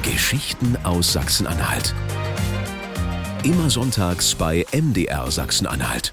Geschichten aus Sachsen-Anhalt. Immer sonntags bei MDR Sachsen-Anhalt.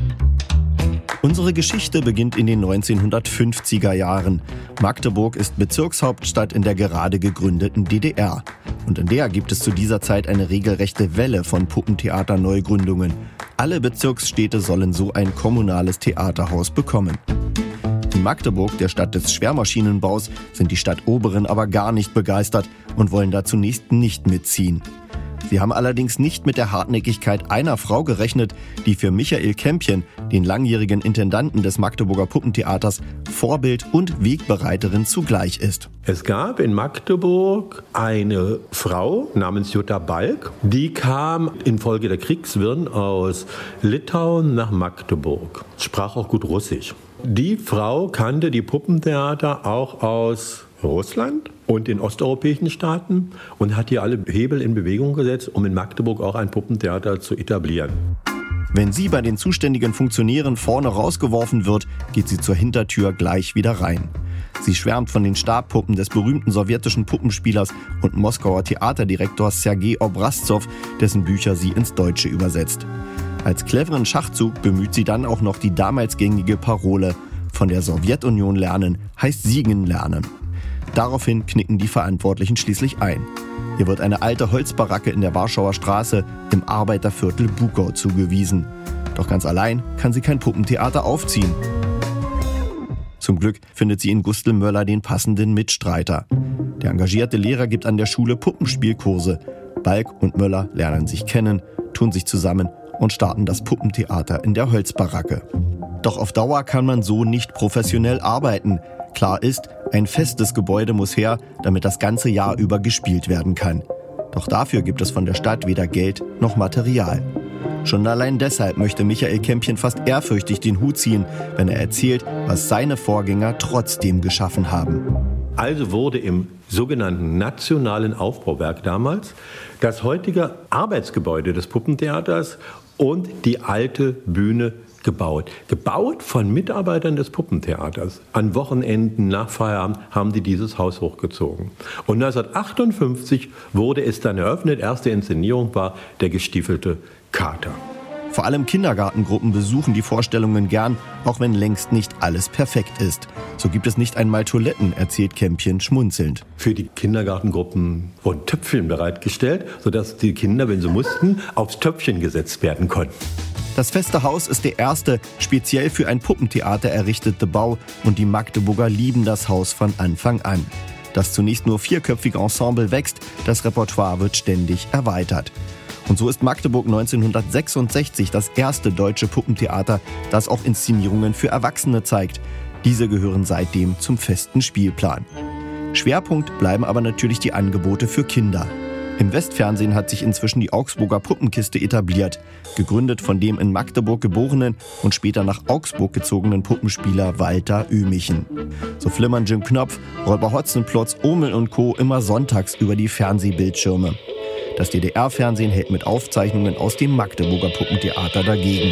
Unsere Geschichte beginnt in den 1950er Jahren. Magdeburg ist Bezirkshauptstadt in der gerade gegründeten DDR. Und in der gibt es zu dieser Zeit eine regelrechte Welle von Puppentheater-Neugründungen. Alle Bezirksstädte sollen so ein kommunales Theaterhaus bekommen. In Magdeburg, der Stadt des Schwermaschinenbaus, sind die Stadtoberen aber gar nicht begeistert und wollen da zunächst nicht mitziehen. Sie haben allerdings nicht mit der Hartnäckigkeit einer Frau gerechnet, die für Michael Kämpchen, den langjährigen Intendanten des Magdeburger Puppentheaters, Vorbild und Wegbereiterin zugleich ist. Es gab in Magdeburg eine Frau namens Jutta Balk, die kam infolge der Kriegswirren aus Litauen nach Magdeburg, sprach auch gut Russisch. Die Frau kannte die Puppentheater auch aus Russland und in osteuropäischen Staaten und hat hier alle Hebel in Bewegung gesetzt, um in Magdeburg auch ein Puppentheater zu etablieren. Wenn sie bei den zuständigen Funktionären vorne rausgeworfen wird, geht sie zur Hintertür gleich wieder rein. Sie schwärmt von den Stabpuppen des berühmten sowjetischen Puppenspielers und Moskauer Theaterdirektors Sergei Obraztsov, dessen Bücher sie ins Deutsche übersetzt. Als cleveren Schachzug bemüht sie dann auch noch die damals gängige Parole: Von der Sowjetunion lernen heißt siegen lernen. Daraufhin knicken die Verantwortlichen schließlich ein. Ihr wird eine alte Holzbaracke in der Warschauer Straße im Arbeiterviertel Bukau zugewiesen. Doch ganz allein kann sie kein Puppentheater aufziehen. Zum Glück findet sie in Gustl Möller den passenden Mitstreiter. Der engagierte Lehrer gibt an der Schule Puppenspielkurse. Balk und Möller lernen sich kennen, tun sich zusammen und starten das Puppentheater in der Holzbaracke. Doch auf Dauer kann man so nicht professionell arbeiten. Klar ist, ein festes Gebäude muss her, damit das ganze Jahr über gespielt werden kann. Doch dafür gibt es von der Stadt weder Geld noch Material. Schon allein deshalb möchte Michael Kämpchen fast ehrfürchtig den Hut ziehen, wenn er erzählt, was seine Vorgänger trotzdem geschaffen haben. Also wurde im sogenannten Nationalen Aufbauwerk damals das heutige Arbeitsgebäude des Puppentheaters und die alte Bühne gebaut. Gebaut von Mitarbeitern des Puppentheaters. An Wochenenden, nach Feierabend haben die dieses Haus hochgezogen. Und 1958 wurde es dann eröffnet. Erste Inszenierung war Der gestiefelte Kater. Vor allem Kindergartengruppen besuchen die Vorstellungen gern, auch wenn längst nicht alles perfekt ist. So gibt es nicht einmal Toiletten, erzählt Kämpchen schmunzelnd. Für die Kindergartengruppen wurden Töpfchen bereitgestellt, sodass die Kinder, wenn sie mussten, aufs Töpfchen gesetzt werden konnten. Das feste Haus ist der erste speziell für ein Puppentheater errichtete Bau und die Magdeburger lieben das Haus von Anfang an. Das zunächst nur 4-köpfige Ensemble wächst, das Repertoire wird ständig erweitert. Und so ist Magdeburg 1966 das erste deutsche Puppentheater, das auch Inszenierungen für Erwachsene zeigt. Diese gehören seitdem zum festen Spielplan. Schwerpunkt bleiben aber natürlich die Angebote für Kinder. Im Westfernsehen hat sich inzwischen die Augsburger Puppenkiste etabliert, gegründet von dem in Magdeburg geborenen und später nach Augsburg gezogenen Puppenspieler Walter Oehmichen. So flimmern Jim Knopf, Räuber Hotzenplotz, Omel und Co. immer sonntags über die Fernsehbildschirme. Das DDR-Fernsehen hält mit Aufzeichnungen aus dem Magdeburger Puppentheater dagegen.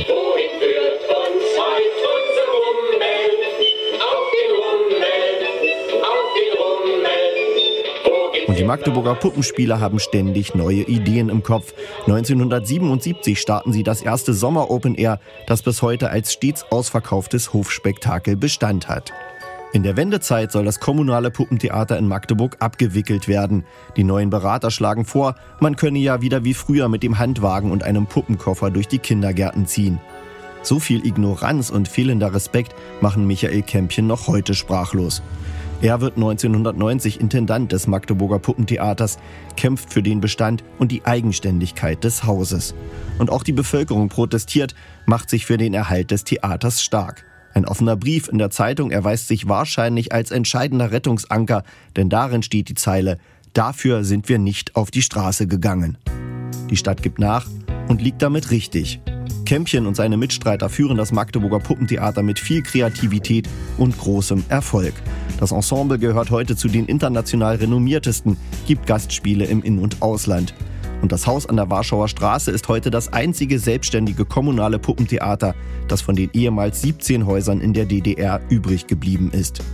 Und die Magdeburger Puppenspieler haben ständig neue Ideen im Kopf. 1977 starten sie das erste Sommer-Open Air, das bis heute als stets ausverkauftes Hofspektakel Bestand hat. In der Wendezeit soll das kommunale Puppentheater in Magdeburg abgewickelt werden. Die neuen Berater schlagen vor, man könne ja wieder wie früher mit dem Handwagen und einem Puppenkoffer durch die Kindergärten ziehen. So viel Ignoranz und fehlender Respekt machen Michael Kämpchen noch heute sprachlos. Er wird 1990 Intendant des Magdeburger Puppentheaters, kämpft für den Bestand und die Eigenständigkeit des Hauses. Und auch die Bevölkerung protestiert, macht sich für den Erhalt des Theaters stark. Ein offener Brief in der Zeitung erweist sich wahrscheinlich als entscheidender Rettungsanker, denn darin steht die Zeile: Dafür sind wir nicht auf die Straße gegangen. Die Stadt gibt nach und liegt damit richtig. Kämpchen und seine Mitstreiter führen das Magdeburger Puppentheater mit viel Kreativität und großem Erfolg. Das Ensemble gehört heute zu den international renommiertesten, gibt Gastspiele im In- und Ausland. Und das Haus an der Warschauer Straße ist heute das einzige selbstständige kommunale Puppentheater, das von den ehemals 17 Häusern in der DDR übrig geblieben ist.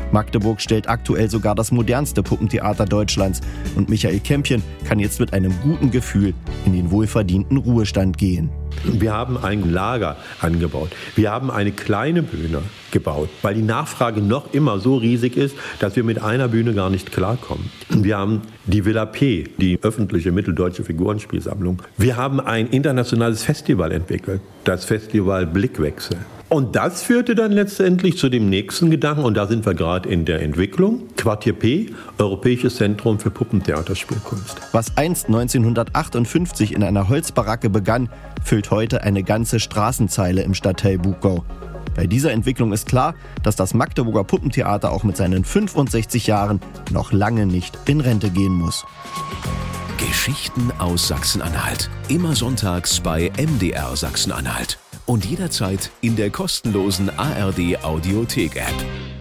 Magdeburg stellt aktuell sogar das modernste Puppentheater Deutschlands und Michael Kempchen kann jetzt mit einem guten Gefühl in den wohlverdienten Ruhestand gehen. Wir haben ein Lager angebaut. Wir haben eine kleine Bühne gebaut, weil die Nachfrage noch immer so riesig ist, dass wir mit einer Bühne gar nicht klarkommen. Wir haben die Villa P, die öffentliche mitteldeutsche Figurenspielsammlung. Wir haben ein internationales Festival entwickelt, das Festival Blickwechsel. Und das führte dann letztendlich zu dem nächsten Gedanken, und da sind wir gerade in der Entwicklung, Quartier P, Europäisches Zentrum für Puppentheaterspielkunst. Was einst 1958 in einer Holzbaracke begann, füllt heute eine ganze Straßenzeile im Stadtteil Buchgau. Bei dieser Entwicklung ist klar, dass das Magdeburger Puppentheater auch mit seinen 65 Jahren noch lange nicht in Rente gehen muss. Geschichten aus Sachsen-Anhalt. Immer sonntags bei MDR Sachsen-Anhalt. Und jederzeit in der kostenlosen ARD Audiothek-App.